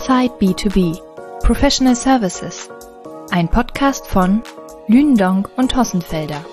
Inside B2B Professional Services, ein Podcast von Lündong und Hossenfelder.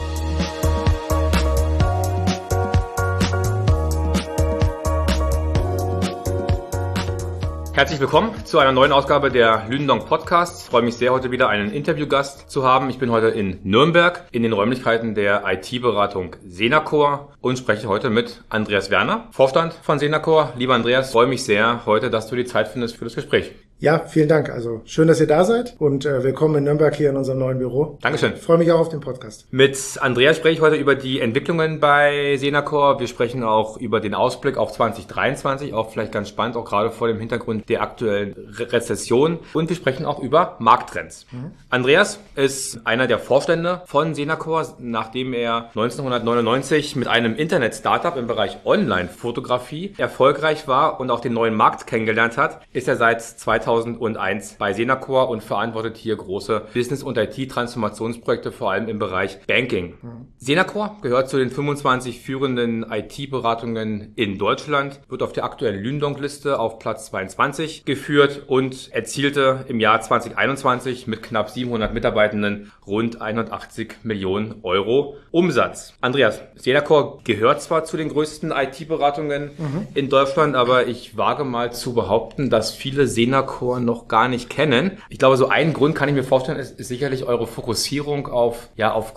Herzlich willkommen zu einer neuen Ausgabe der Lündong Podcasts. Ich freue mich sehr, heute wieder einen Interviewgast zu haben. Ich bin heute in Nürnberg in den Räumlichkeiten der IT-Beratung Senacor und spreche heute mit Andreas Werner, Vorstand von Senacor. Lieber Andreas, freue mich sehr heute, dass du die Zeit findest für das Gespräch. Ja, vielen Dank. Also schön, dass ihr da seid und willkommen in Nürnberg hier in unserem neuen Büro. Dankeschön. Ich freue mich auch auf den Podcast. Mit Andreas spreche ich heute über die Entwicklungen bei Senacor. Wir sprechen auch über den Ausblick auf 2023, auch vielleicht ganz spannend, auch gerade vor dem Hintergrund der aktuellen Rezession. Und wir sprechen auch über Markttrends. Andreas ist einer der Vorstände von Senacor, nachdem er 1999 mit einem Internet-Startup im Bereich Online-Fotografie erfolgreich war und auch den neuen Markt kennengelernt hat, ist er seit 2001 bei Senacor und verantwortet hier große Business- und IT-Transformationsprojekte, vor allem im Bereich Banking. Senacor gehört zu den 25 führenden IT-Beratungen in Deutschland, wird auf der aktuellen Lündong-Liste auf Platz 22 geführt und erzielte im Jahr 2021 mit knapp 700 Mitarbeitenden rund 180 Millionen Euro Umsatz. Andreas, Senacor gehört zwar zu den größten IT-Beratungen in Deutschland, aber ich wage mal zu behaupten, dass viele Senacor noch gar nicht kennen. Ich glaube, so ein Grund kann ich mir vorstellen, ist sicherlich eure Fokussierung auf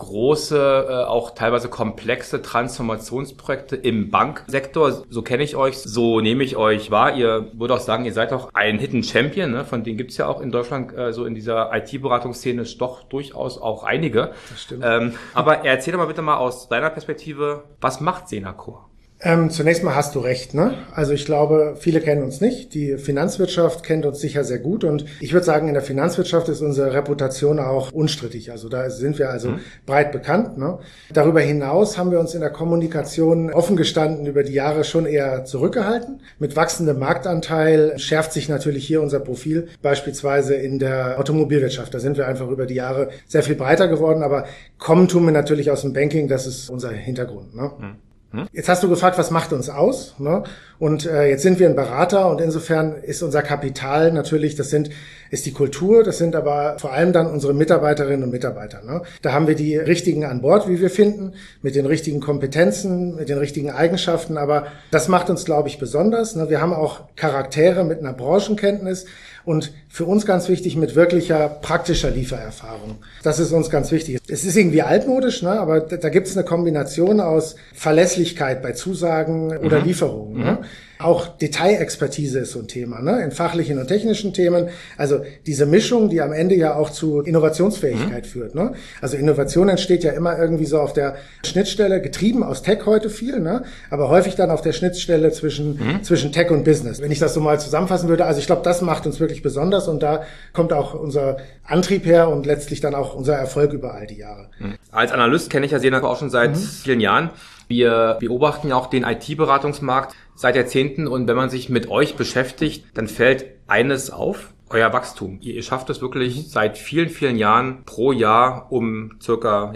große, auch teilweise komplexe Transformationsprojekte im Banksektor. So kenne ich euch, so nehme ich euch wahr. Ihr würde auch sagen, ihr seid doch ein Hidden Champion, ne? Von denen gibt es ja auch in Deutschland, so in dieser IT-Beratungsszene doch durchaus auch einige. Das stimmt. Aber erzähl doch mal bitte mal aus deiner Perspektive, was macht Senacor? Zunächst mal hast du recht, ne? Also ich glaube, viele kennen uns nicht. Die Finanzwirtschaft kennt uns sicher sehr gut und ich würde sagen, in der Finanzwirtschaft ist unsere Reputation auch unstrittig. Also da sind wir breit bekannt, ne? Darüber hinaus haben wir uns in der Kommunikation offen gestanden über die Jahre schon eher zurückgehalten. Mit wachsendem Marktanteil schärft sich natürlich hier unser Profil, beispielsweise in der Automobilwirtschaft. Da sind wir einfach über die Jahre sehr viel breiter geworden, aber kommen tun wir natürlich aus dem Banking, das ist unser Hintergrund, ne? Jetzt hast du gefragt, was macht uns aus? Ne? Und jetzt sind wir ein Berater und insofern ist unser Kapital natürlich, ist die Kultur, das sind aber vor allem dann unsere Mitarbeiterinnen und Mitarbeiter. Ne? Da haben wir die richtigen an Bord, wie wir finden, mit den richtigen Kompetenzen, mit den richtigen Eigenschaften, aber das macht uns, glaube ich, besonders. Ne? Wir haben auch Charaktere mit einer Branchenkenntnis und für uns ganz wichtig mit wirklicher praktischer Liefererfahrung. Das ist uns ganz wichtig. Es ist irgendwie altmodisch, ne? Aber da gibt es eine Kombination aus Verlässlichkeit bei Zusagen oder Lieferungen. Ne? Auch Detailexpertise ist so ein Thema, ne? In fachlichen und technischen Themen. Also diese Mischung, die am Ende ja auch zu Innovationsfähigkeit führt. Ne? Also Innovation entsteht ja immer irgendwie so auf der Schnittstelle, getrieben aus Tech heute viel, ne? Aber häufig dann auf der Schnittstelle zwischen Tech und Business. Wenn ich das so mal zusammenfassen würde, also ich glaube, das macht uns wirklich besonders und da kommt auch unser Antrieb her und letztlich dann auch unser Erfolg über all die Jahre. Als Analyst kenne ich ja Senacor auch schon seit vielen Jahren. Wir beobachten ja auch den IT-Beratungsmarkt seit Jahrzehnten und wenn man sich mit euch beschäftigt, dann fällt eines auf: euer Wachstum. Ihr schafft es wirklich seit vielen, vielen Jahren pro Jahr um circa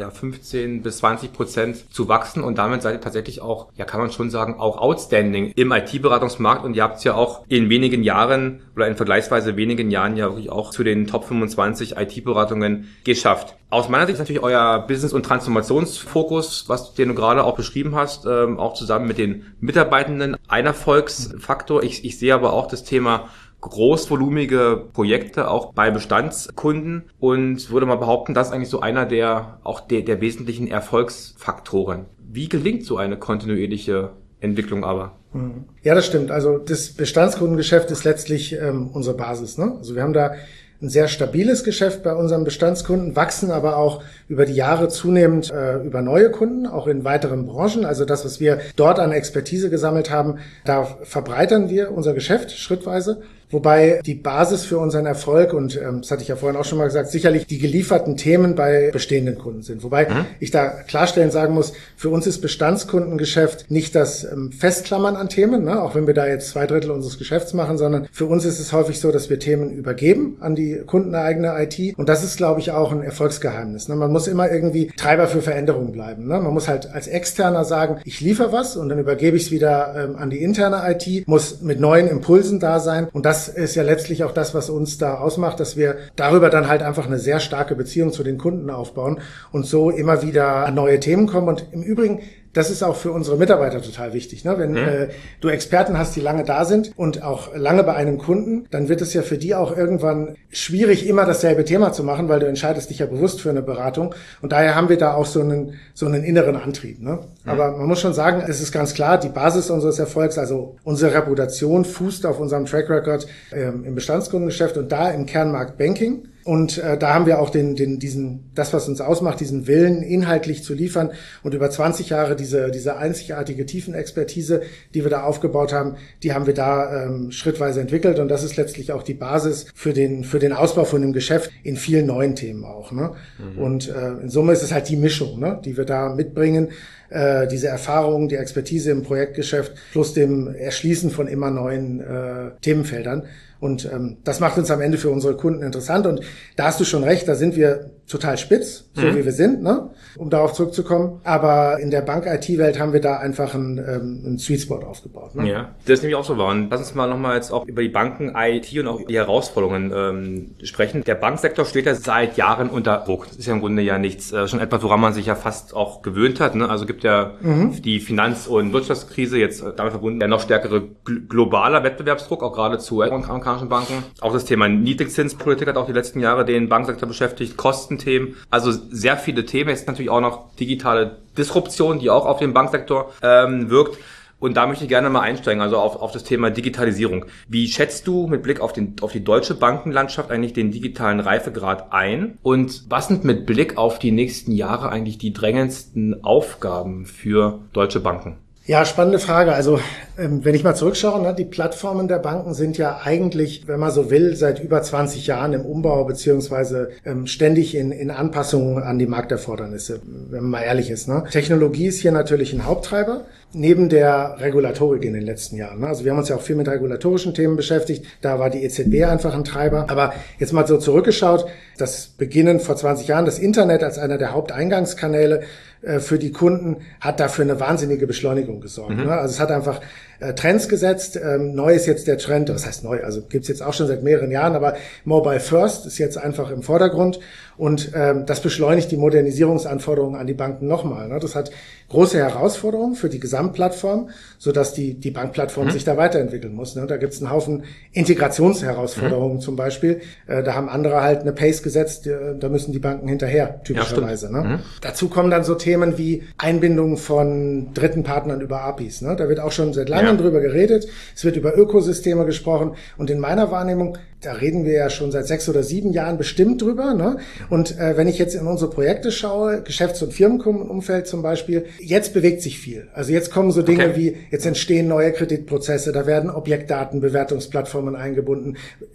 15-20% zu wachsen und damit seid ihr tatsächlich auch, kann man schon sagen, auch outstanding im IT-Beratungsmarkt und ihr habt es ja auch in wenigen Jahren oder in vergleichsweise wenigen Jahren ja wirklich auch zu den Top 25 IT-Beratungen geschafft. Aus meiner Sicht ist natürlich euer Business- und Transformationsfokus, was du gerade auch beschrieben hast, auch zusammen mit den Mitarbeitenden ein Erfolgsfaktor. Ich sehe aber auch das Thema großvolumige Projekte auch bei Bestandskunden und würde mal behaupten, das ist eigentlich so einer der wesentlichen Erfolgsfaktoren. Wie gelingt so eine kontinuierliche Entwicklung aber? Ja, das stimmt. Also das Bestandskundengeschäft ist letztlich unsere Basis, ne? Also wir haben da ein sehr stabiles Geschäft bei unseren Bestandskunden, wachsen aber auch über die Jahre zunehmend über neue Kunden, auch in weiteren Branchen. Also das, was wir dort an Expertise gesammelt haben, da verbreitern wir unser Geschäft schrittweise. Wobei die Basis für unseren Erfolg, und das hatte ich ja vorhin auch schon mal gesagt, sicherlich die gelieferten Themen bei bestehenden Kunden sind. Wobei ich da klarstellen sagen muss, für uns ist Bestandskundengeschäft nicht das Festklammern an Themen, ne? Auch wenn wir da jetzt 2/3 unseres Geschäfts machen, sondern für uns ist es häufig so, dass wir Themen übergeben an die kundeneigene IT. Und das ist, glaube ich, auch ein Erfolgsgeheimnis. Ne? Man muss immer irgendwie Treiber für Veränderungen bleiben. Ne? Man muss halt als Externer sagen, ich liefere was und dann übergebe ich es wieder an die interne IT, muss mit neuen Impulsen da sein. Und das das ist ja letztlich auch das, was uns da ausmacht, dass wir darüber dann halt einfach eine sehr starke Beziehung zu den Kunden aufbauen und so immer wieder an neue Themen kommen. Und im Übrigen, das ist auch für unsere Mitarbeiter total wichtig. Ne? Wenn du Experten hast, die lange da sind und auch lange bei einem Kunden, dann wird es ja für die auch irgendwann schwierig, immer dasselbe Thema zu machen, weil du entscheidest dich ja bewusst für eine Beratung. Und daher haben wir da auch so einen inneren Antrieb. Ne? Aber man muss schon sagen, es ist ganz klar, die Basis unseres Erfolgs, also unsere Reputation fußt auf unserem Track Record im Bestandskundengeschäft und da im Kernmarkt Banking. Und da haben wir auch das, was uns ausmacht, diesen Willen, inhaltlich zu liefern und über 20 Jahre diese einzigartige Tiefenexpertise, die wir da aufgebaut haben, die haben wir da schrittweise entwickelt und das ist letztlich auch die Basis für den Ausbau von dem Geschäft in vielen neuen Themen auch. Ne? Und in Summe ist es halt die Mischung, ne, die wir da mitbringen, diese Erfahrung, die Expertise im Projektgeschäft plus dem Erschließen von immer neuen Themenfeldern. Und das macht uns am Ende für unsere Kunden interessant. Und da hast du schon recht, da sind wir total spitz, so wie wir sind, ne? Um darauf zurückzukommen. Aber in der Bank-IT-Welt haben wir da einfach einen Sweet Spot aufgebaut. Ne? Ja, das ist nämlich auch so wahr. Und lass uns mal nochmal jetzt auch über die Banken-IT und auch die Herausforderungen sprechen. Der Banksektor steht ja seit Jahren unter Druck. Das ist ja im Grunde ja nichts, schon etwas, woran man sich ja fast auch gewöhnt hat. Ne? Also gibt ja die Finanz- und Wirtschaftskrise, jetzt damit verbunden der noch stärkere globaler Wettbewerbsdruck, auch gerade zu amerikanischen Banken. Auch das Thema Niedrigzinspolitik hat auch die letzten Jahre den Bankensektor beschäftigt, Kostenthemen, also sehr viele Themen. Jetzt natürlich auch noch digitale Disruption, die auch auf den Banksektor wirkt. Und da möchte ich gerne mal einsteigen, also auf das Thema Digitalisierung. Wie schätzt du mit Blick auf die deutsche Bankenlandschaft eigentlich den digitalen Reifegrad ein? Und was sind mit Blick auf die nächsten Jahre eigentlich die drängendsten Aufgaben für deutsche Banken? Ja, spannende Frage. Also wenn ich mal zurückschaue, ne, die Plattformen der Banken sind ja eigentlich, wenn man so will, seit über 20 Jahren im Umbau beziehungsweise ständig in Anpassungen an die Markterfordernisse, wenn man mal ehrlich ist. Ne. Technologie ist hier natürlich ein Haupttreiber, neben der Regulatorik in den letzten Jahren. Ne. Also wir haben uns ja auch viel mit regulatorischen Themen beschäftigt. Da war die EZB einfach ein Treiber. Aber jetzt mal so zurückgeschaut, das Beginnen vor 20 Jahren, das Internet als einer der Haupteingangskanäle für die Kunden hat dafür eine wahnsinnige Beschleunigung gesorgt. Ne? Also es hat einfach Trends gesetzt. Neu ist jetzt der Trend, das heißt neu, also gibt's jetzt auch schon seit mehreren Jahren, aber Mobile First ist jetzt einfach im Vordergrund und das beschleunigt die Modernisierungsanforderungen an die Banken nochmal. Ne? Das hat große Herausforderungen für die Gesamtplattform, sodass die Bankplattform sich da weiterentwickeln muss. Ne? Da gibt's einen Haufen Integrationsherausforderungen zum Beispiel. Da haben andere halt eine Pace gesetzt, da müssen die Banken hinterher, typischerweise. Ja, ne? Dazu kommen dann so Themen wie Einbindung von dritten Partnern über APIs. Ne? Da wird auch schon seit langem drüber geredet. Es wird über Ökosysteme gesprochen. Und in meiner Wahrnehmung, da reden wir ja schon seit 6 oder 7 Jahren bestimmt drüber. Ne? Und wenn ich jetzt in unsere Projekte schaue, Geschäfts- und Firmenkundenumfeld zum Beispiel, jetzt bewegt sich viel. Also jetzt kommen so Dinge wie, jetzt entstehen neue Kreditprozesse, da werden Objektdatenbewertungsplattformen eingebunden.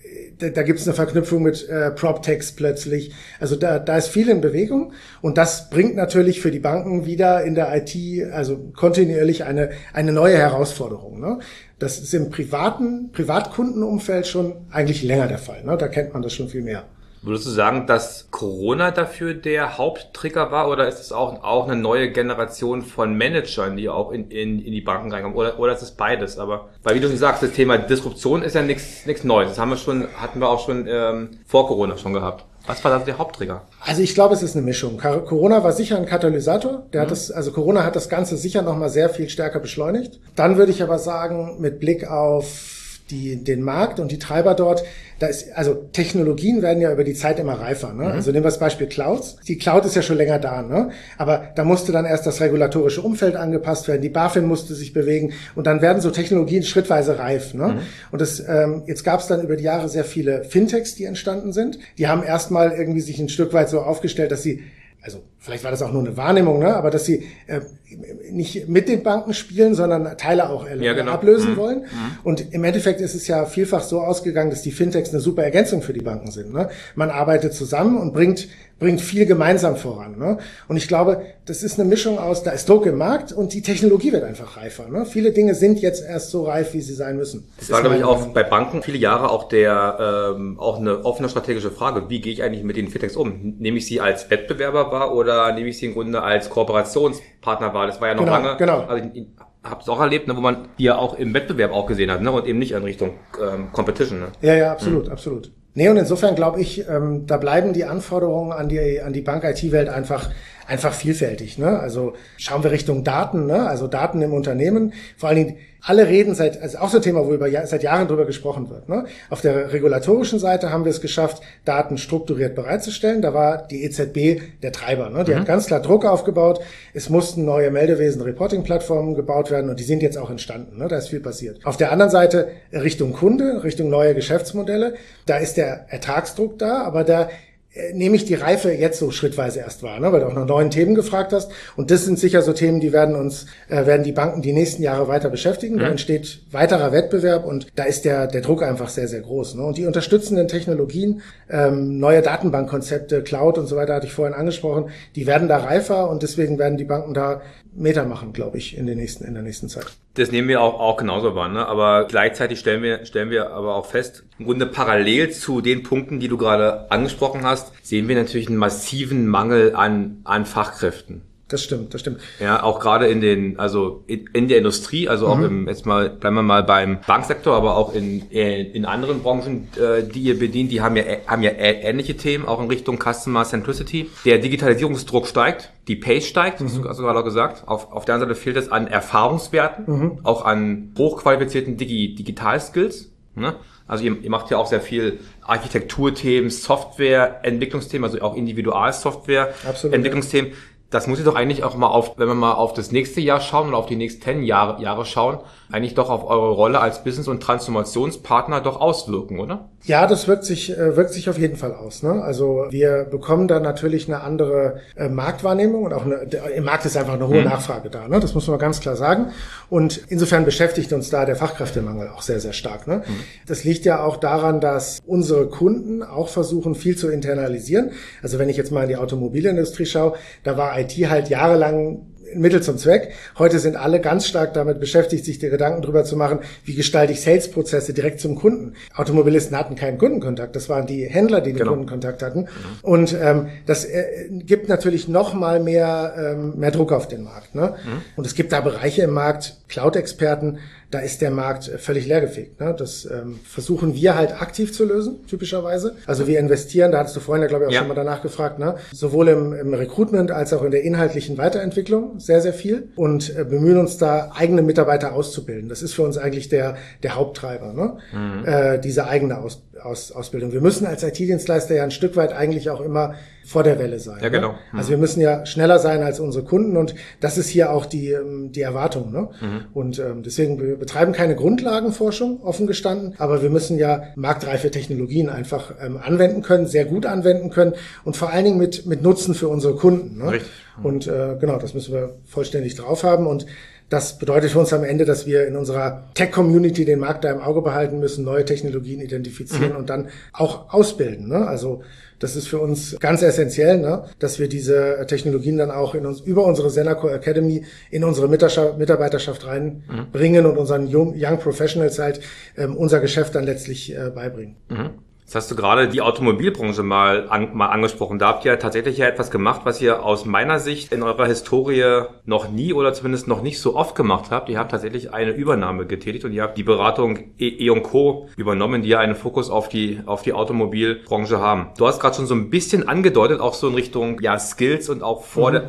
Da gibt's eine Verknüpfung mit PropTechs plötzlich. Also da ist viel in Bewegung und das bringt natürlich für die Banken wieder in der IT also kontinuierlich eine neue Herausforderung. Ne? Das ist im Privatkundenumfeld schon eigentlich länger der Fall. Ne? Da kennt man das schon viel mehr. Würdest du sagen, dass Corona dafür der Haupttrigger war oder ist es auch eine neue Generation von Managern, die auch in die Banken reinkommen oder ist es beides? Aber weil wie du schon sagst, das Thema Disruption ist ja nichts Neues. Das hatten wir auch schon vor Corona schon gehabt. Was war da der Haupttrigger? Also ich glaube, es ist eine Mischung. Corona war sicher ein Katalysator. Corona hat das Ganze sicher nochmal sehr viel stärker beschleunigt. Dann würde ich aber sagen, mit Blick auf den Markt und die Treiber dort, Technologien werden ja über die Zeit immer reifer. Ne? Also nehmen wir das Beispiel Clouds. Die Cloud ist ja schon länger da, ne? Aber da musste dann erst das regulatorische Umfeld angepasst werden, die BaFin musste sich bewegen und dann werden so Technologien schrittweise reif. Ne? Und jetzt gab es dann über die Jahre sehr viele Fintechs, die entstanden sind. Die haben erstmal irgendwie sich ein Stück weit so aufgestellt, dass sie, also vielleicht war das auch nur eine Wahrnehmung, ne? Aber dass sie nicht mit den Banken spielen, sondern Teile auch ablösen wollen. Und im Endeffekt ist es ja vielfach so ausgegangen, dass die Fintechs eine super Ergänzung für die Banken sind. Ne? Man arbeitet zusammen und bringt viel gemeinsam voran. Ne? Und ich glaube, das ist eine Mischung aus, da ist Druck im Markt und die Technologie wird einfach reifer. Ne? Viele Dinge sind jetzt erst so reif, wie sie sein müssen. Das war, glaube ich, auch bei Banken viele Jahre auch auch eine offene strategische Frage. Wie gehe ich eigentlich mit den Fintechs um? Nehme ich sie als Wettbewerber wahr oder nehme ich sie im Grunde als Kooperationspartner wahr? Das war ja noch lange. Genau. Also hab's auch erlebt, ne, wo man die ja auch im Wettbewerb auch gesehen hat, ne, und eben nicht in Richtung Competition. Ne? Ja, absolut, absolut. Nee, und insofern glaube ich, da bleiben die Anforderungen an die Bank-IT-Welt einfach vielfältig. Ne? Also schauen wir Richtung Daten, ne? Also Daten im Unternehmen. Vor allen Dingen, alle reden also auch so ein Thema, wo seit Jahren drüber gesprochen wird. Ne? Auf der regulatorischen Seite haben wir es geschafft, Daten strukturiert bereitzustellen. Da war die EZB der Treiber. Ne? Die hat ganz klar Druck aufgebaut. Es mussten neue Meldewesen-Reporting-Plattformen gebaut werden und die sind jetzt auch entstanden. Ne? Da ist viel passiert. Auf der anderen Seite Richtung Kunde, Richtung neue Geschäftsmodelle. Da ist der Ertragsdruck da, aber da nehme ich die Reife jetzt so schrittweise erst wahr, ne? Weil du auch nach neuen Themen gefragt hast. Und das sind sicher so Themen, die werden die Banken die nächsten Jahre weiter beschäftigen. Da entsteht weiterer Wettbewerb und da ist der Druck einfach sehr, sehr groß. Ne? Und die unterstützenden Technologien, neue Datenbankkonzepte, Cloud und so weiter, hatte ich vorhin angesprochen, die werden da reifer und deswegen werden die Banken da Meter machen, glaube ich, in der nächsten Zeit. Das nehmen wir auch genauso wahr, ne? Aber gleichzeitig stellen wir aber auch fest, im Grunde parallel zu den Punkten, die du gerade angesprochen hast, sehen wir natürlich einen massiven Mangel an Fachkräften. Das stimmt. Ja, auch gerade in der Industrie, also auch bleiben wir mal beim Banksektor, aber auch in anderen Branchen, die ihr bedient, die haben ja ähnliche Themen, auch in Richtung Customer Centricity. Der Digitalisierungsdruck steigt, die Pace steigt, hast du gerade auch gesagt. Auf der anderen Seite fehlt es an Erfahrungswerten, auch an hochqualifizierten Digital-Skills, ne? Also ihr macht ja auch sehr viel Architekturthemen, Software-Entwicklungsthemen, also auch Individualsoftware-Entwicklungsthemen. Das muss ich doch eigentlich auch mal wenn wir mal auf das nächste Jahr schauen oder auf die nächsten 10 Jahre schauen, eigentlich doch auf eure Rolle als Business- und Transformationspartner doch auswirken, oder? Ja, das wirkt sich auf jeden Fall aus. Ne? Also wir bekommen da natürlich eine andere Marktwahrnehmung und auch im Markt ist einfach eine hohe Nachfrage da. Ne? Das muss man ganz klar sagen. Und insofern beschäftigt uns da der Fachkräftemangel auch sehr, sehr stark. Ne? Das liegt ja auch daran, dass unsere Kunden auch versuchen, viel zu internalisieren. Also wenn ich jetzt mal in die Automobilindustrie schaue, da war IT halt jahrelang Mittel zum Zweck. Heute sind alle ganz stark damit beschäftigt, sich die Gedanken drüber zu machen, wie gestalte ich Sales-Prozesse direkt zum Kunden. Automobilisten hatten keinen Kundenkontakt. Das waren die Händler, die den Kundenkontakt hatten. Und das gibt natürlich noch mal mehr Druck auf den Markt. Ne? Und es gibt da Bereiche im Markt, Cloud-Experten, da ist der Markt völlig leergefegt. Ne? Das versuchen wir halt aktiv zu lösen, typischerweise. Also wir investieren, da hattest du vorhin ja, glaube ich, auch schon mal danach gefragt, ne? Sowohl im Recruitment als auch in der inhaltlichen Weiterentwicklung sehr, sehr viel und bemühen uns da, eigene Mitarbeiter auszubilden. Das ist für uns eigentlich der Haupttreiber, ne? Diese eigene Ausbildung. Wir müssen als IT-Dienstleister ja ein Stück weit eigentlich auch immer vor der Welle sein. Ja, genau. Ne? Also wir müssen ja schneller sein als unsere Kunden und das ist hier auch die Erwartung. Ne? Und deswegen, wir betreiben keine Grundlagenforschung, offen gestanden, aber wir müssen ja marktreife Technologien einfach anwenden können, sehr gut anwenden können und vor allen Dingen mit Nutzen für unsere Kunden. Ne? Richtig. Und genau, das müssen wir vollständig drauf haben und das bedeutet für uns am Ende, dass wir in unserer Tech-Community den Markt da im Auge behalten müssen, neue Technologien identifizieren und dann auch ausbilden. Ne? Also das ist für uns ganz essentiell, ne? Dass wir diese Technologien dann auch über unsere Senacor Academy in unsere Mitarbeiterschaft reinbringen und unseren Young Professionals halt unser Geschäft dann letztlich beibringen. Jetzt hast du gerade die Automobilbranche mal angesprochen. Da habt ihr tatsächlich ja etwas gemacht, was ihr aus meiner Sicht in eurer Historie noch nie oder zumindest noch nicht so oft gemacht habt. Ihr habt tatsächlich eine Übernahme getätigt und ihr habt die Beratung E&Co übernommen, die ja einen Fokus auf die Automobilbranche haben. Du hast gerade schon so ein bisschen angedeutet, auch so in Richtung Skills und auch vor der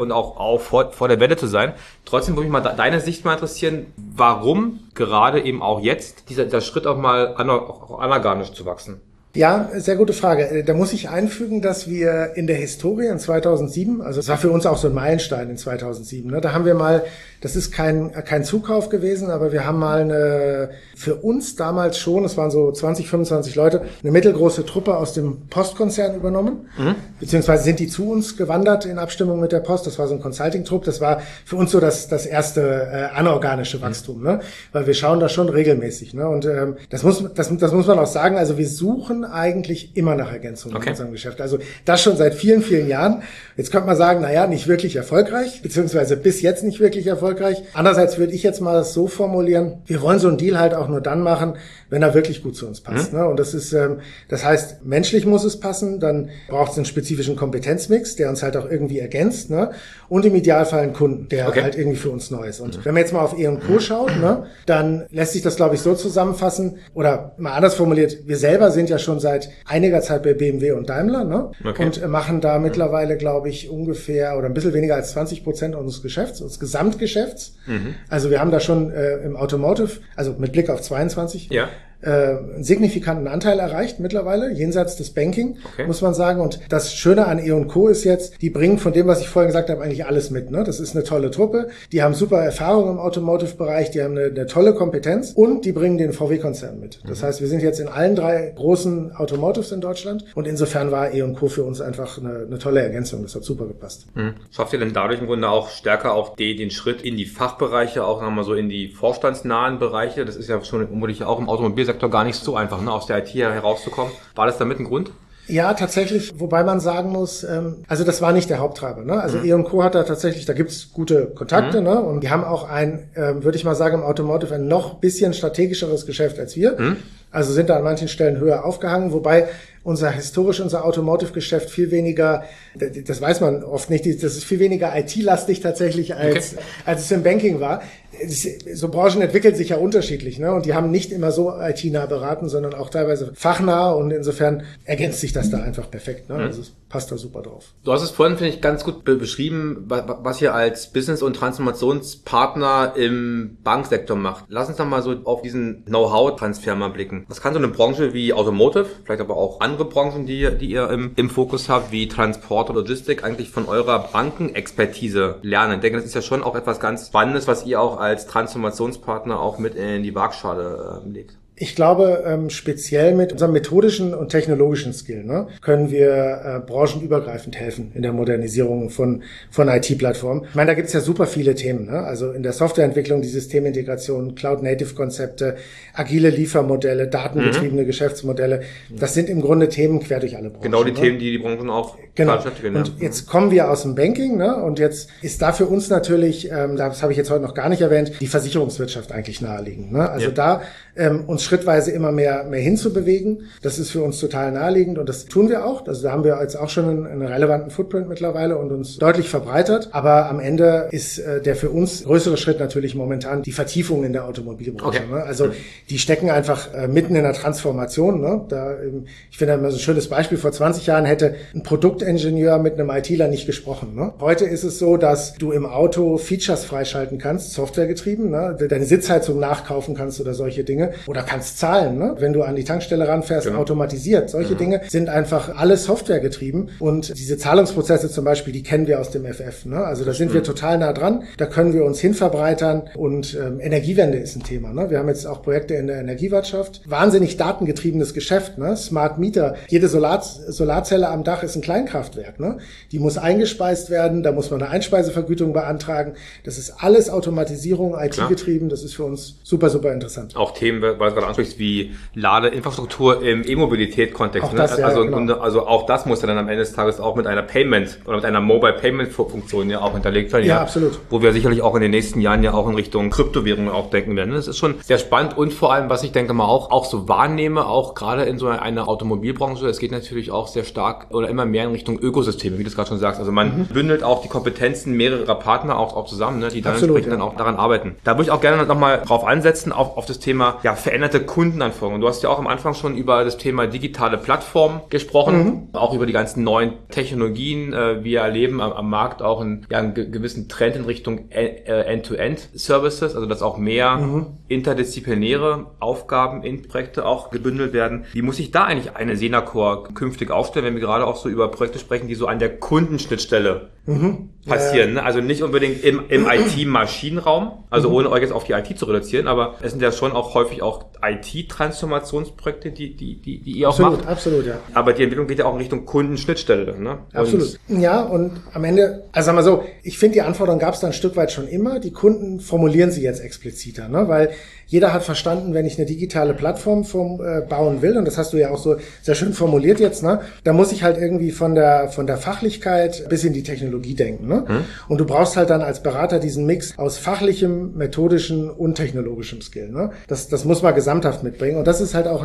Welle zu sein. Trotzdem würde mich mal deine Sicht mal interessieren, warum gerade eben auch jetzt dieser Schritt auch mal anorganisch zu wachsen? Ja, sehr gute Frage. Da muss ich einfügen, dass wir in der Historie in 2007, also es war für uns auch so ein Meilenstein in 2007, ne, da haben wir mal, das ist kein Zukauf gewesen, aber wir haben mal für uns damals schon, es waren so 20, 25 Leute, eine mittelgroße Truppe aus dem Postkonzern übernommen, beziehungsweise sind die zu uns gewandert in Abstimmung mit der Post, das war so ein Consulting-Trupp, das war für uns so das erste anorganische Wachstum, ne, weil wir schauen da schon regelmäßig, ne, und das muss man auch sagen, also wir suchen eigentlich immer nach Ergänzung in unserem Geschäft. Also das schon seit vielen, vielen Jahren. Jetzt könnte man sagen, naja, nicht wirklich erfolgreich, beziehungsweise bis jetzt nicht wirklich erfolgreich. Andererseits würde ich jetzt mal das so formulieren, wir wollen so einen Deal halt auch nur dann machen, wenn er wirklich gut zu uns passt. Ne? Und das heißt, menschlich muss es passen, dann braucht es einen spezifischen Kompetenzmix, der uns halt auch irgendwie ergänzt, ne? Und im Idealfall einen Kunden, der halt irgendwie für uns neu ist. Und wenn man jetzt mal auf E&Co schaut, ne, dann lässt sich das, glaube ich, so zusammenfassen, oder mal anders formuliert, wir selber sind ja schon seit einiger Zeit bei BMW und Daimler, ne? Und machen da mittlerweile, glaube ich, ungefähr oder ein bisschen weniger als 20% unseres Geschäfts, unseres Gesamtgeschäfts. Also wir haben da schon im Automotive, also mit Blick auf 22, einen signifikanten Anteil erreicht mittlerweile, jenseits des Banking, muss man sagen. Und das Schöne an E&Co ist jetzt, die bringen von dem, was ich vorhin gesagt habe, eigentlich alles mit. Ne? Das ist eine tolle Truppe, die haben super Erfahrung im Automotive-Bereich, die haben eine tolle Kompetenz und die bringen den VW-Konzern mit. Das heißt, wir sind jetzt in allen 3 großen Automotives in Deutschland und insofern war E&Co für uns einfach eine tolle Ergänzung. Das hat super gepasst. Schafft ihr denn dadurch im Grunde auch stärker auch den Schritt in die Fachbereiche, auch nochmal so in die vorstandsnahen Bereiche? Das ist ja schon unbedingt auch im Automobilsektor gar nicht so einfach, ne, aus der IT herauszukommen. War das damit ein Grund? Ja, tatsächlich, wobei man sagen muss, also das war nicht der Haupttreiber. Ne? Also E&Co hat da tatsächlich, da gibt's gute Kontakte, ne? Und die haben auch würde ich mal sagen, im Automotive ein noch bisschen strategischeres Geschäft als wir. Also sind da an manchen Stellen höher aufgehangen, wobei unser Automotive-Geschäft viel weniger, das weiß man oft nicht, das ist viel weniger IT-lastig tatsächlich als es im Banking war. So Branchen entwickeln sich ja unterschiedlich, ne? Und die haben nicht immer so IT-nah beraten, sondern auch teilweise fachnah, und insofern ergänzt sich das da einfach perfekt, ne? Also es passt da super drauf. Du hast es vorhin, finde ich, ganz gut beschrieben, was ihr als Business- und Transformationspartner im Banksektor macht. Lass uns doch mal so auf diesen Know-how-Transfer mal blicken. Was kann so eine Branche wie Automotive, vielleicht aber auch andere Branchen, die ihr im Fokus habt, wie Transport oder Logistik, eigentlich von eurer Bankenexpertise lernen? Ich denke, das ist ja schon auch etwas ganz Spannendes, was ihr auch als Transformationspartner auch mit in die Waagschale legt. Ich glaube, speziell mit unserem methodischen und technologischen Skill, ne, können wir branchenübergreifend helfen in der Modernisierung von IT-Plattformen. Ich meine, da gibt es ja super viele Themen, ne? Also in der Softwareentwicklung, die Systemintegration, Cloud-Native-Konzepte, agile Liefermodelle, datengetriebene Geschäftsmodelle. Das sind im Grunde Themen quer durch alle Branchen. Genau die Themen, die Branchen auch beschäftigen. Und jetzt kommen wir aus dem Banking, ne? Und jetzt ist da für uns natürlich, das habe ich jetzt heute noch gar nicht erwähnt, die Versicherungswirtschaft eigentlich naheliegend, ne? Also da uns schrittweise immer mehr hinzubewegen. Das ist für uns total naheliegend und das tun wir auch. Also da haben wir jetzt auch schon einen relevanten Footprint mittlerweile und uns deutlich verbreitert. Aber am Ende ist der für uns größere Schritt natürlich momentan die Vertiefung in der Automobilbranche. Ne? Also die stecken einfach mitten in der Transformation. Ne? Ich finde immer so ein schönes Beispiel. Vor 20 Jahren hätte ein Produktingenieur mit einem ITler nicht gesprochen. Ne? Heute ist es so, dass du im Auto Features freischalten kannst, softwaregetrieben, ne? Deine Sitzheizung nachkaufen kannst oder solche Dinge. Oder kannst zahlen, ne? Wenn du an die Tankstelle ranfährst, automatisiert. Solche Dinge sind einfach alles softwaregetrieben. Und diese Zahlungsprozesse zum Beispiel, die kennen wir aus dem FF. Ne? Also da sind wir total nah dran. Da können wir uns hinverbreitern. Und Energiewende ist ein Thema. Ne? Wir haben jetzt auch Projekte in der Energiewirtschaft. Wahnsinnig datengetriebenes Geschäft. Ne? Smart Meter. Jede Solarzelle am Dach ist ein Kleinkraftwerk. Ne? Die muss eingespeist werden. Da muss man eine Einspeisevergütung beantragen. Das ist alles Automatisierung, IT-getrieben. Das ist für uns super, super interessant. Auch Themen, weil du gerade ansprichst, wie Ladeinfrastruktur im E-Mobilität-Kontext. Ne? Das, also, genau. Also auch das muss ja dann am Ende des Tages auch mit einer Payment oder mit einer Mobile-Payment-Funktion ja auch hinterlegt werden. Ja, absolut. Wo wir sicherlich auch in den nächsten Jahren ja auch in Richtung Kryptowährungen auch denken werden. Das ist schon sehr spannend und vor allem, was ich denke mal auch so wahrnehme, auch gerade in so einer Automobilbranche, es geht natürlich auch sehr stark oder immer mehr in Richtung Ökosysteme, wie du es gerade schon sagst. Also man bündelt auch die Kompetenzen mehrerer Partner auch zusammen, ne, die dann entsprechend dann auch daran arbeiten. Da würde ich auch gerne nochmal drauf ansetzen, auf das Thema veränderte Kundenanforderungen. Du hast ja auch am Anfang schon über das Thema digitale Plattform gesprochen, auch über die ganzen neuen Technologien. Wir erleben am Markt auch einen gewissen Trend in Richtung End-to-End-Services, also dass auch mehr interdisziplinäre Aufgaben in Projekte auch gebündelt werden. Wie muss sich da eigentlich eine Senacor künftig aufstellen, wenn wir gerade auch so über Projekte sprechen, die so an der Kundenschnittstelle passieren? Ne? Also nicht unbedingt im IT-Maschinenraum, also ohne euch jetzt auf die IT zu reduzieren, aber es sind ja schon auch häufig auch IT-Transformationsprojekte, die ihr auch macht. Absolut, ja. Aber die Entwicklung geht ja auch in Richtung Kundenschnittstelle. Ne? Absolut. Ja, und am Ende, also sagen wir so, ich finde, die Anforderungen gab es da ein Stück weit schon immer. Die Kunden formulieren sie jetzt expliziter, ne? Weil jeder hat verstanden, wenn ich eine digitale Plattform bauen will, und das hast du ja auch so sehr schön formuliert jetzt, ne, da muss ich halt irgendwie von der Fachlichkeit bis in die Technologie denken, ne? Und du brauchst halt dann als Berater diesen Mix aus fachlichem, methodischem und technologischem Skill, ne? Das muss man gesamthaft mitbringen, und das ist halt auch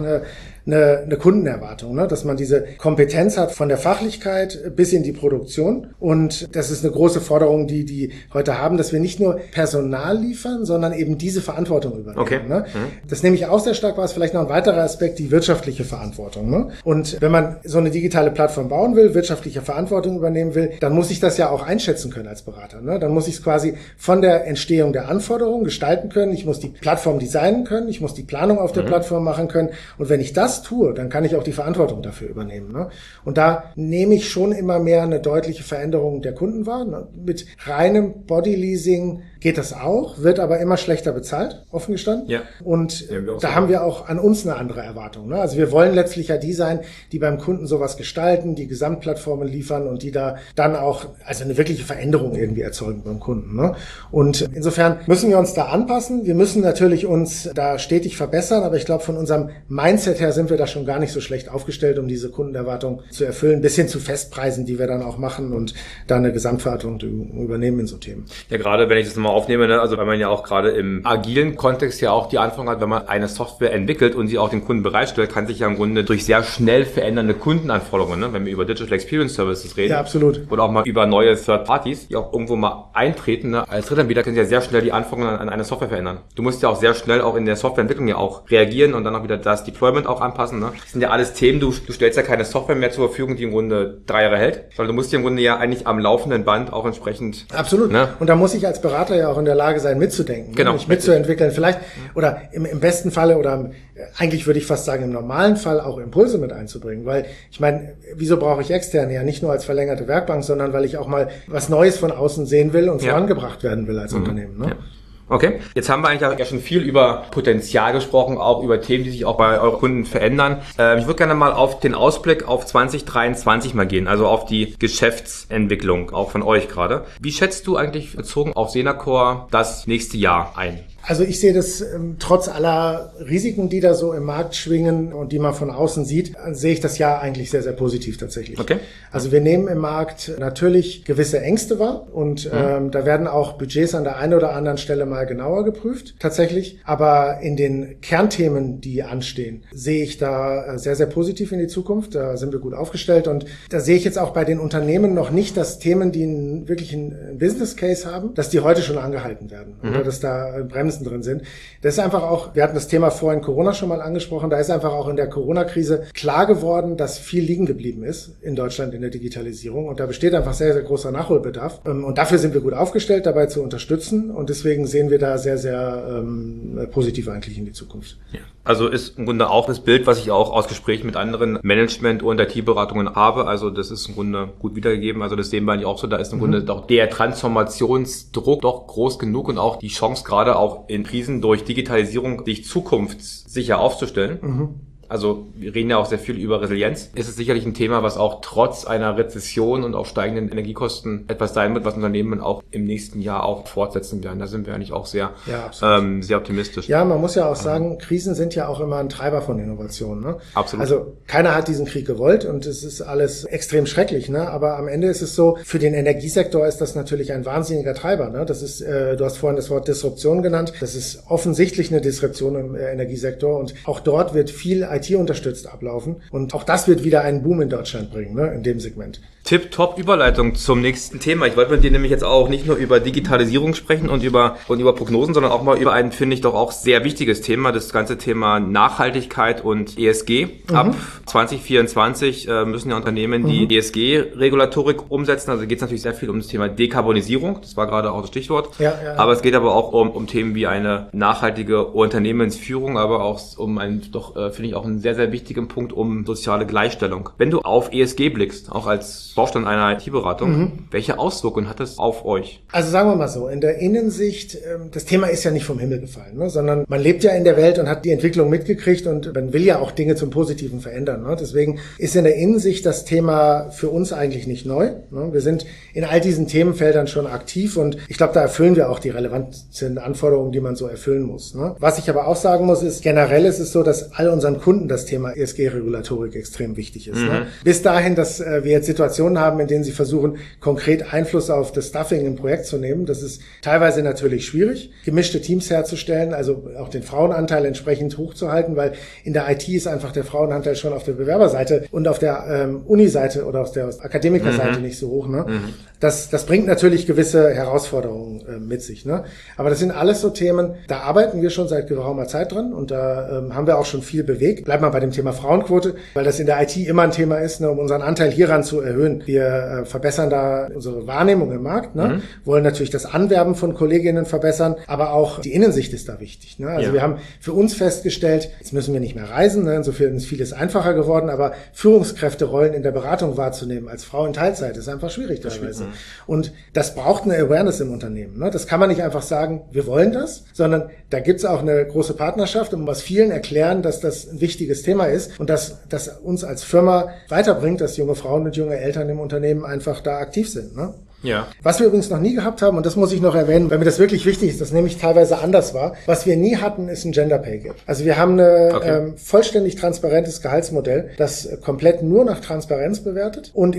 eine Kundenerwartung, ne? Dass man diese Kompetenz hat von der Fachlichkeit bis in die Produktion, und das ist eine große Forderung, die heute haben, dass wir nicht nur Personal liefern, sondern eben diese Verantwortung übernehmen. Okay. Ne? Das nehme ich auch sehr stark wahr, ist vielleicht noch ein weiterer Aspekt, die wirtschaftliche Verantwortung. Ne? Und wenn man so eine digitale Plattform bauen will, wirtschaftliche Verantwortung übernehmen will, dann muss ich das ja auch einschätzen können als Berater. Ne? Dann muss ich es quasi von der Entstehung der Anforderungen gestalten können, ich muss die Plattform designen können, ich muss die Planung auf der Plattform machen können, und wenn ich das tue, dann kann ich auch die Verantwortung dafür übernehmen. Ne? Und da nehme ich schon immer mehr eine deutliche Veränderung der Kunden wahr. Ne? Mit reinem Bodyleasing geht das auch, wird aber immer schlechter bezahlt, offen gestanden. Ja. Und da haben wir auch an uns eine andere Erwartung. Ne? Also wir wollen letztlich ja die sein, die beim Kunden sowas gestalten, die Gesamtplattformen liefern und die da dann auch also eine wirkliche Veränderung irgendwie erzeugen beim Kunden. Ne? Und insofern müssen wir uns da anpassen. Wir müssen natürlich uns da stetig verbessern, aber ich glaube, von unserem Mindset her sind wir da schon gar nicht so schlecht aufgestellt, um diese Kundenerwartung zu erfüllen, bis hin zu Festpreisen, die wir dann auch machen und da eine Gesamtverantwortung übernehmen in so Themen. Ja, gerade wenn ich das nochmal aufnehme, ne, also weil man ja auch gerade im agilen Kontext ja auch die Anforderung hat, wenn man eine Software entwickelt und sie auch dem Kunden bereitstellt, kann sich ja im Grunde durch sehr schnell verändernde Kundenanforderungen, ne, wenn wir über Digital Experience Services reden. Ja, absolut. Oder auch mal über neue Third Parties, die auch irgendwo mal eintreten. Ne, als Drittanbieter können sie ja sehr schnell die Anforderungen an eine Software verändern. Du musst ja auch sehr schnell auch in der Softwareentwicklung ja auch reagieren und dann auch wieder das Deployment auch anpassen. Ne. Das sind ja alles Themen, du stellst ja keine Software mehr zur Verfügung, die im Grunde 3 Jahre hält, sondern du musst dir im Grunde ja eigentlich am laufenden Band auch entsprechend... Absolut. Ne? Und da muss ich als Berater ja auch in der Lage sein, mitzudenken, genau, nicht mitzuentwickeln, vielleicht oder im besten Falle oder eigentlich würde ich fast sagen im normalen Fall auch Impulse mit einzubringen, weil ich meine, wieso brauche ich Externe? Ja, nicht nur als verlängerte Werkbank, sondern weil ich auch mal was Neues von außen sehen will und vorangebracht werden will als Unternehmen. Ne? Ja. Okay, jetzt haben wir eigentlich ja schon viel über Potenzial gesprochen, auch über Themen, die sich auch bei euren Kunden verändern. Ich würde gerne mal auf den Ausblick auf 2023 mal gehen, also auf die Geschäftsentwicklung, auch von euch gerade. Wie schätzt du eigentlich bezogen auf Senacor das nächste Jahr ein? Also ich sehe das trotz aller Risiken, die da so im Markt schwingen und die man von außen sieht, sehe ich das Jahr eigentlich sehr, sehr positiv tatsächlich. Okay. Also wir nehmen im Markt natürlich gewisse Ängste wahr und da werden auch Budgets an der einen oder anderen Stelle mal genauer geprüft tatsächlich. Aber in den Kernthemen, die anstehen, sehe ich da sehr, sehr positiv in die Zukunft. Da sind wir gut aufgestellt und da sehe ich jetzt auch bei den Unternehmen noch nicht, dass Themen, die wirklich einen Business Case haben, dass die heute schon angehalten werden oder dass da Bremsen drin sind. Das ist einfach auch, wir hatten das Thema vorhin Corona schon mal angesprochen, da ist einfach auch in der Corona-Krise klar geworden, dass viel liegen geblieben ist in Deutschland in der Digitalisierung und da besteht einfach sehr, sehr großer Nachholbedarf und dafür sind wir gut aufgestellt, dabei zu unterstützen und deswegen sehen wir da sehr, sehr positiv eigentlich in die Zukunft. Ja. Also ist im Grunde auch das Bild, was ich auch aus Gesprächen mit anderen Management- und IT-Beratungen habe. Also das ist im Grunde gut wiedergegeben. Also das sehen wir eigentlich auch so. Da ist im Grunde doch der Transformationsdruck doch groß genug und auch die Chance gerade auch in Krisen durch Digitalisierung sich zukunftssicher aufzustellen. Also wir reden ja auch sehr viel über Resilienz. Es ist sicherlich ein Thema, was auch trotz einer Rezession und auch steigenden Energiekosten etwas sein wird, was Unternehmen auch im nächsten Jahr auch fortsetzen werden. Da sind wir eigentlich auch sehr, sehr optimistisch. Ja, man muss ja auch sagen, Krisen sind ja auch immer ein Treiber von Innovation. Ne? Absolut. Also keiner hat diesen Krieg gewollt und es ist alles extrem schrecklich. Ne? Aber am Ende ist es so, für den Energiesektor ist das natürlich ein wahnsinniger Treiber. Ne? Das ist, du hast vorhin das Wort Disruption genannt. Das ist offensichtlich eine Disruption im Energiesektor und auch dort wird viel IT-unterstützt ablaufen. Und auch das wird wieder einen Boom in Deutschland bringen, ne, in dem Segment. Tipptopp Überleitung zum nächsten Thema. Ich wollte mit dir nämlich jetzt auch nicht nur über Digitalisierung sprechen und über Prognosen, sondern auch mal über ein, finde ich, doch auch sehr wichtiges Thema, das ganze Thema Nachhaltigkeit und ESG. Ab 2024 müssen ja Unternehmen die ESG-Regulatorik umsetzen. Also geht es natürlich sehr viel um das Thema Dekarbonisierung. Das war gerade auch das Stichwort. Ja. Aber es geht aber auch um Themen wie eine nachhaltige Unternehmensführung, aber auch um einen, doch finde ich, auch einen sehr, sehr wichtigen Punkt um soziale Gleichstellung. Wenn du auf ESG blickst, auch als Vorstand einer IT-Beratung. Welche Auswirkungen hat das auf euch? Also sagen wir mal so, in der Innensicht, das Thema ist ja nicht vom Himmel gefallen, ne, sondern man lebt ja in der Welt und hat die Entwicklung mitgekriegt und man will ja auch Dinge zum Positiven verändern. Ne? Deswegen ist in der Innensicht das Thema für uns eigentlich nicht neu. Ne? Wir sind in all diesen Themenfeldern schon aktiv und ich glaube, da erfüllen wir auch die relevanten Anforderungen, die man so erfüllen muss. Ne? Was ich aber auch sagen muss, ist, generell ist es so, dass all unseren Kunden das Thema ESG-Regulatorik extrem wichtig ist. Ne? Bis dahin, dass wir jetzt Situationen haben, in denen sie versuchen, konkret Einfluss auf das Stuffing im Projekt zu nehmen. Das ist teilweise natürlich schwierig, gemischte Teams herzustellen, also auch den Frauenanteil entsprechend hochzuhalten, weil in der IT ist einfach der Frauenanteil schon auf der Bewerberseite und auf der Uni-Seite oder auf der Akademikerseite nicht so hoch. Ne? Das bringt natürlich gewisse Herausforderungen mit sich. Ne? Aber das sind alles so Themen, da arbeiten wir schon seit geraumer Zeit dran und da haben wir auch schon viel bewegt. Bleiben wir bei dem Thema Frauenquote, weil das in der IT immer ein Thema ist, ne, um unseren Anteil hieran zu erhöhen. Wir verbessern da unsere Wahrnehmung im Markt, ne? Wollen natürlich das Anwerben von Kolleginnen verbessern, aber auch die Innensicht ist da wichtig. Ne? Also wir haben für uns festgestellt, jetzt müssen wir nicht mehr reisen, ne? Insofern ist vieles einfacher geworden, aber Führungskräfterollen in der Beratung wahrzunehmen als Frau in Teilzeit ist einfach schwierig teilweise. Und das braucht eine Awareness im Unternehmen. Ne? Das kann man nicht einfach sagen, wir wollen das, sondern da gibt's auch eine große Partnerschaft und was vielen erklären, dass das ein wichtiges Thema ist und dass das uns als Firma weiterbringt, dass junge Frauen und junge Eltern im Unternehmen einfach da aktiv sind. Ne? Ja. Was wir übrigens noch nie gehabt haben, und das muss ich noch erwähnen, weil mir das wirklich wichtig ist, dass nämlich teilweise anders war, was wir nie hatten, ist ein Gender Pay Gap. Also wir haben ein vollständig transparentes Gehaltsmodell, das komplett nur nach Transparenz bewertet und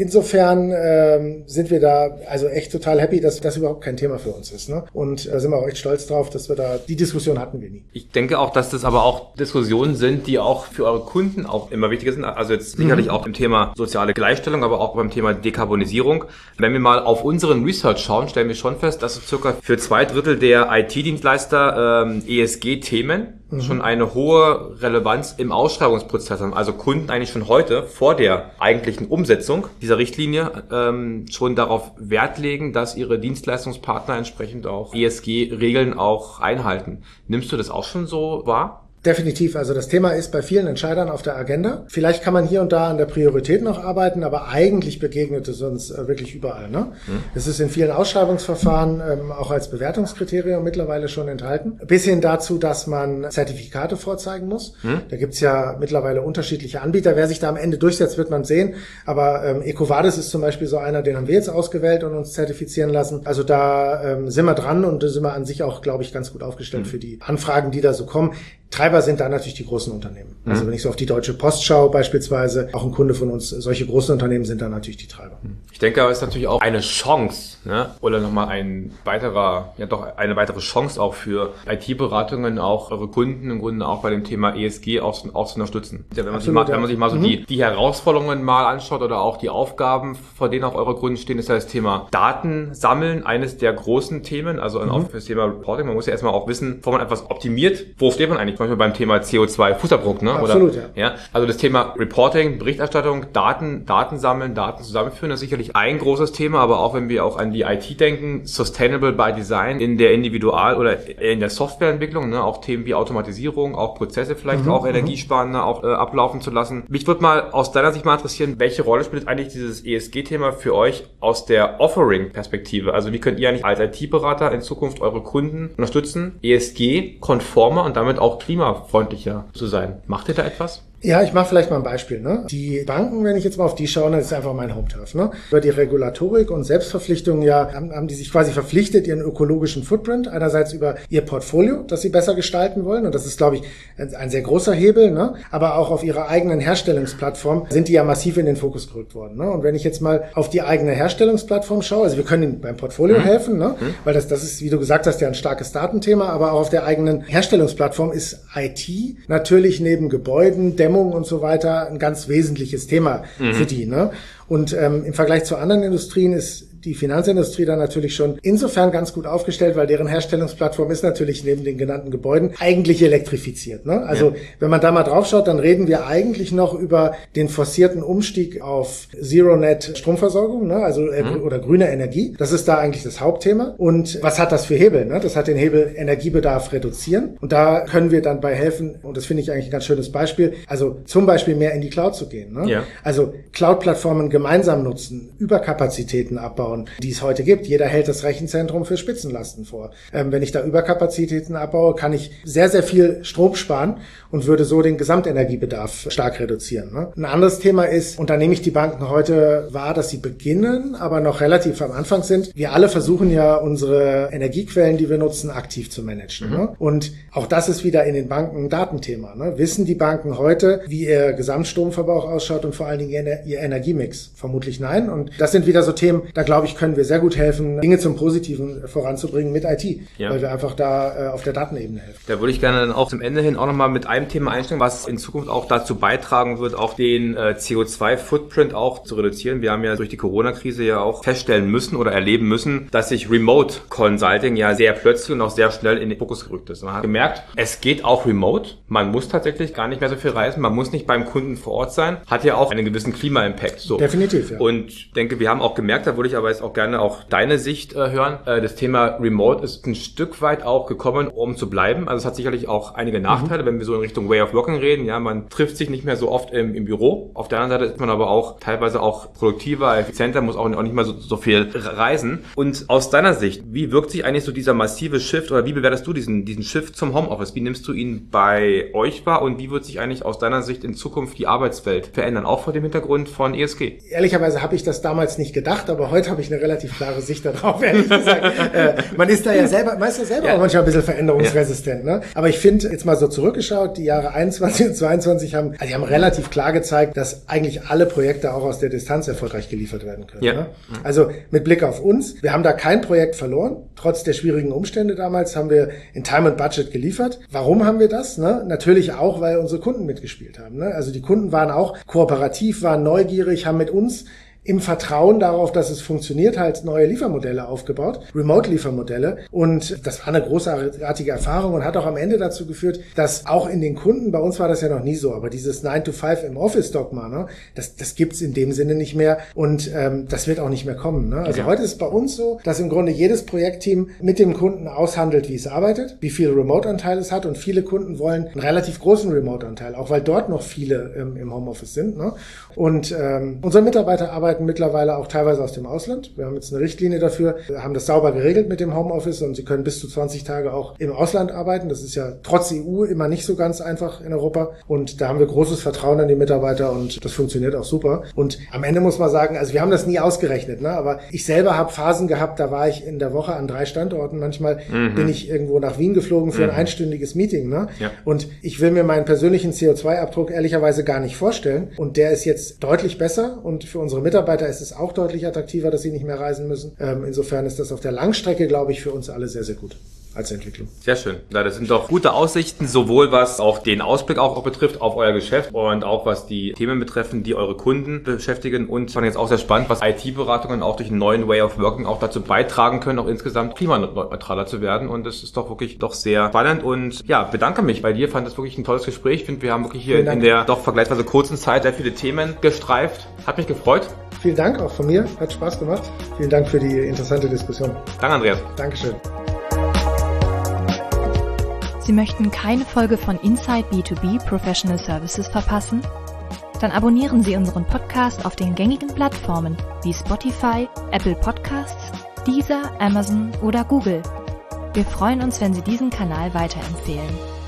insofern sind wir da also echt total happy, dass das überhaupt kein Thema für uns ist. Ne? Und sind wir auch echt stolz drauf, dass wir da, die Diskussion hatten wir nie. Ich denke auch, dass das aber auch Diskussionen sind, die auch für eure Kunden auch immer wichtiger sind. Also jetzt sicherlich auch im Thema soziale Gleichstellung, aber auch beim Thema Dekarbonisierung. Wenn wir mal auf unseren Research schauen, stellen wir schon fest, dass circa für 2/3 der IT-Dienstleister ESG-Themen schon eine hohe Relevanz im Ausschreibungsprozess haben. Also Kunden eigentlich schon heute vor der eigentlichen Umsetzung dieser Richtlinie schon darauf Wert legen, dass ihre Dienstleistungspartner entsprechend auch ESG-Regeln auch einhalten. Nimmst du das auch schon so wahr? Definitiv. Also das Thema ist bei vielen Entscheidern auf der Agenda. Vielleicht kann man hier und da an der Priorität noch arbeiten, aber eigentlich begegnet es uns wirklich überall. Ne? Es ist in vielen Ausschreibungsverfahren auch als Bewertungskriterium mittlerweile schon enthalten. Bis hin dazu, dass man Zertifikate vorzeigen muss. Da gibt's ja mittlerweile unterschiedliche Anbieter. Wer sich da am Ende durchsetzt, wird man sehen. Aber EcoVadis ist zum Beispiel so einer, den haben wir jetzt ausgewählt und uns zertifizieren lassen. Also da sind wir dran und da sind wir an sich auch, glaube ich, ganz gut aufgestellt für die Anfragen, die da so kommen. Treiber sind da natürlich die großen Unternehmen. Also wenn ich so auf die Deutsche Post schaue beispielsweise, auch ein Kunde von uns, solche großen Unternehmen sind da natürlich die Treiber. Ich denke aber, es ist natürlich auch eine Chance, ne? Oder nochmal eine weitere Chance auch für IT-Beratungen, auch eure Kunden im Grunde auch bei dem Thema ESG auch zu unterstützen. Ja, wenn man sich mal so die Herausforderungen mal anschaut oder auch die Aufgaben, vor denen auch eure Kunden stehen, ist ja das Thema Daten sammeln, eines der großen Themen, also auch für das Thema Reporting. Man muss ja erstmal auch wissen, bevor man etwas optimiert, wo steht man eigentlich? Zum Beispiel beim Thema CO2-Fußabdruck, ne? Absolut, oder, ja. Also das Thema Reporting, Berichterstattung, Daten sammeln, Daten zusammenführen, das ist sicherlich ein großes Thema, aber auch wenn wir auch an die IT denken, Sustainable by Design in der Individual- oder in der Softwareentwicklung, ne? Auch Themen wie Automatisierung, auch Prozesse vielleicht auch energiesparender auch ablaufen zu lassen. Mich würde mal aus deiner Sicht mal interessieren, welche Rolle spielt eigentlich dieses ESG-Thema für euch aus der Offering-Perspektive? Also wie könnt ihr eigentlich als IT-Berater in Zukunft eure Kunden unterstützen, ESG-konformer und damit auch klimafreundlicher zu sein? Macht ihr da etwas? Ja, ich mache vielleicht mal ein Beispiel. Ne? Die Banken, wenn ich jetzt mal auf die schaue, das ist einfach mein Home-Turf. Ne? Über die Regulatorik und Selbstverpflichtungen haben die sich quasi verpflichtet, ihren ökologischen Footprint, einerseits über ihr Portfolio, das sie besser gestalten wollen. Und das ist, glaube ich, ein sehr großer Hebel. Ne? Aber auch auf ihrer eigenen Herstellungsplattform sind die ja massiv in den Fokus gerückt worden. Ne? Und wenn ich jetzt mal auf die eigene Herstellungsplattform schaue, also wir können ihnen beim Portfolio helfen, ne? Weil das ist, wie du gesagt hast, ja ein starkes Datenthema, aber auch auf der eigenen Herstellungsplattform ist IT natürlich neben Gebäuden, Dämmung und so weiter ein ganz wesentliches Thema für die. Ne? Und im Vergleich zu anderen Industrien ist die Finanzindustrie da natürlich schon insofern ganz gut aufgestellt, weil deren Herstellungsplattform ist natürlich neben den genannten Gebäuden eigentlich elektrifiziert. Ne? Also wenn man da mal drauf schaut, dann reden wir eigentlich noch über den forcierten Umstieg auf Zero-Net-Stromversorgung, ne? Also oder grüne Energie. Das ist da eigentlich das Hauptthema. Und was hat das für Hebel? Ne? Das hat den Hebel Energiebedarf reduzieren. Und da können wir dann bei helfen, und das finde ich eigentlich ein ganz schönes Beispiel, also zum Beispiel mehr in die Cloud zu gehen. Ne? Ja. Also Cloud-Plattformen gemeinsam nutzen, Überkapazitäten abbauen, die es heute gibt. Jeder hält das Rechenzentrum für Spitzenlasten vor. Wenn ich da Überkapazitäten abbaue, kann ich sehr, sehr viel Strom sparen und würde so den Gesamtenergiebedarf stark reduzieren. Ne? Ein anderes Thema ist, und da nehme ich die Banken heute wahr, dass sie beginnen, aber noch relativ am Anfang sind. Wir alle versuchen ja, unsere Energiequellen, die wir nutzen, aktiv zu managen. Ne? Und auch das ist wieder in den Banken ein Datenthema. Ne? Wissen die Banken heute, wie ihr Gesamtstromverbrauch ausschaut und vor allen Dingen ihr Energiemix? Vermutlich nein. Und das sind wieder so Themen, da glaube ich, können wir sehr gut helfen, Dinge zum Positiven voranzubringen mit IT, weil wir einfach da auf der Datenebene helfen. Da würde ich gerne dann auch zum Ende hin auch nochmal mit einem Thema einsteigen, was in Zukunft auch dazu beitragen wird, auch den CO2-Footprint auch zu reduzieren. Wir haben ja durch die Corona-Krise ja auch feststellen müssen oder erleben müssen, dass sich Remote Consulting ja sehr plötzlich und auch sehr schnell in den Fokus gerückt ist. Man hat gemerkt, es geht auch remote. Man muss tatsächlich gar nicht mehr so viel reisen. Man muss nicht beim Kunden vor Ort sein. Hat ja auch einen gewissen Klima-Impact. So. Definitiv, ja. Und ich denke, wir haben auch gemerkt, da würde ich aber jetzt auch gerne auch deine Sicht hören. Das Thema Remote ist ein Stück weit auch gekommen, um zu bleiben. Also es hat sicherlich auch einige Nachteile, wenn wir so in Richtung Way of Working reden. Ja, man trifft sich nicht mehr so oft im Büro. Auf der anderen Seite ist man aber auch teilweise auch produktiver, effizienter, muss auch nicht mehr so viel reisen. Und aus deiner Sicht, wie wirkt sich eigentlich so dieser massive Shift oder wie bewertest du diesen Shift zum Homeoffice? Wie nimmst du ihn bei euch wahr und wie wird sich eigentlich aus deiner Sicht in Zukunft die Arbeitswelt verändern, auch vor dem Hintergrund von ESG? Ehrlicherweise habe ich das damals nicht gedacht, aber heute habe ich eine relativ klare Sicht darauf, ehrlich gesagt. Man ist da ja selber, auch manchmal ein bisschen veränderungsresistent. Ne? Aber ich finde, jetzt mal so zurückgeschaut, die Jahre 21 und 22 die haben relativ klar gezeigt, dass eigentlich alle Projekte auch aus der Distanz erfolgreich geliefert werden können. Ja. Ne? Also mit Blick auf uns, wir haben da kein Projekt verloren. Trotz der schwierigen Umstände damals haben wir in Time and Budget geliefert. Warum haben wir das? Ne? Natürlich auch, weil unsere Kunden mitgespielt haben. Ne? Also die Kunden waren auch kooperativ, waren neugierig, haben mit uns im Vertrauen darauf, dass es funktioniert, halt neue Liefermodelle aufgebaut, Remote-Liefermodelle. Und das war eine großartige Erfahrung und hat auch am Ende dazu geführt, dass auch in den Kunden, bei uns war das ja noch nie so, aber dieses 9-to-5 im Office-Dogma, ne, das gibt's in dem Sinne nicht mehr und das wird auch nicht mehr kommen. Ne? Also heute ist es bei uns so, dass im Grunde jedes Projektteam mit dem Kunden aushandelt, wie es arbeitet, wie viel Remote-Anteil es hat und viele Kunden wollen einen relativ großen Remote-Anteil, auch weil dort noch viele im Homeoffice sind. Ne? Und unsere Mitarbeiter arbeiten mittlerweile auch teilweise aus dem Ausland. Wir haben jetzt eine Richtlinie dafür, haben das sauber geregelt mit dem Homeoffice und sie können bis zu 20 Tage auch im Ausland arbeiten. Das ist ja trotz EU immer nicht so ganz einfach in Europa und da haben wir großes Vertrauen in die Mitarbeiter und das funktioniert auch super. Und am Ende muss man sagen, also wir haben das nie ausgerechnet, ne? Aber ich selber habe Phasen gehabt, da war ich in der Woche an 3 Standorten. Manchmal bin ich irgendwo nach Wien geflogen für ein einstündiges Meeting. Ne? Ja. Und ich will mir meinen persönlichen CO2-Abdruck ehrlicherweise gar nicht vorstellen und der ist jetzt deutlich besser und für unsere Mitarbeiter ist es auch deutlich attraktiver, dass sie nicht mehr reisen müssen. Insofern ist das auf der Langstrecke, glaube ich, für uns alle sehr, sehr gut als Entwicklung. Sehr schön. Ja, das sind doch gute Aussichten, sowohl was auch den Ausblick auch betrifft auf euer Geschäft und auch was die Themen betreffen, die eure Kunden beschäftigen und fand jetzt auch sehr spannend, was IT-Beratungen auch durch einen neuen Way of Working auch dazu beitragen können, auch insgesamt klimaneutraler zu werden und das ist doch wirklich doch sehr spannend und ja, bedanke mich bei dir, fand das wirklich ein tolles Gespräch. Ich finde, wir haben wirklich hier in der doch vergleichsweise kurzen Zeit sehr viele Themen gestreift. Hat mich gefreut. Vielen Dank auch von mir, hat Spaß gemacht. Vielen Dank für die interessante Diskussion. Danke, Andreas. Dankeschön. Sie möchten keine Folge von Inside B2B Professional Services verpassen? Dann abonnieren Sie unseren Podcast auf den gängigen Plattformen wie Spotify, Apple Podcasts, Deezer, Amazon oder Google. Wir freuen uns, wenn Sie diesen Kanal weiterempfehlen.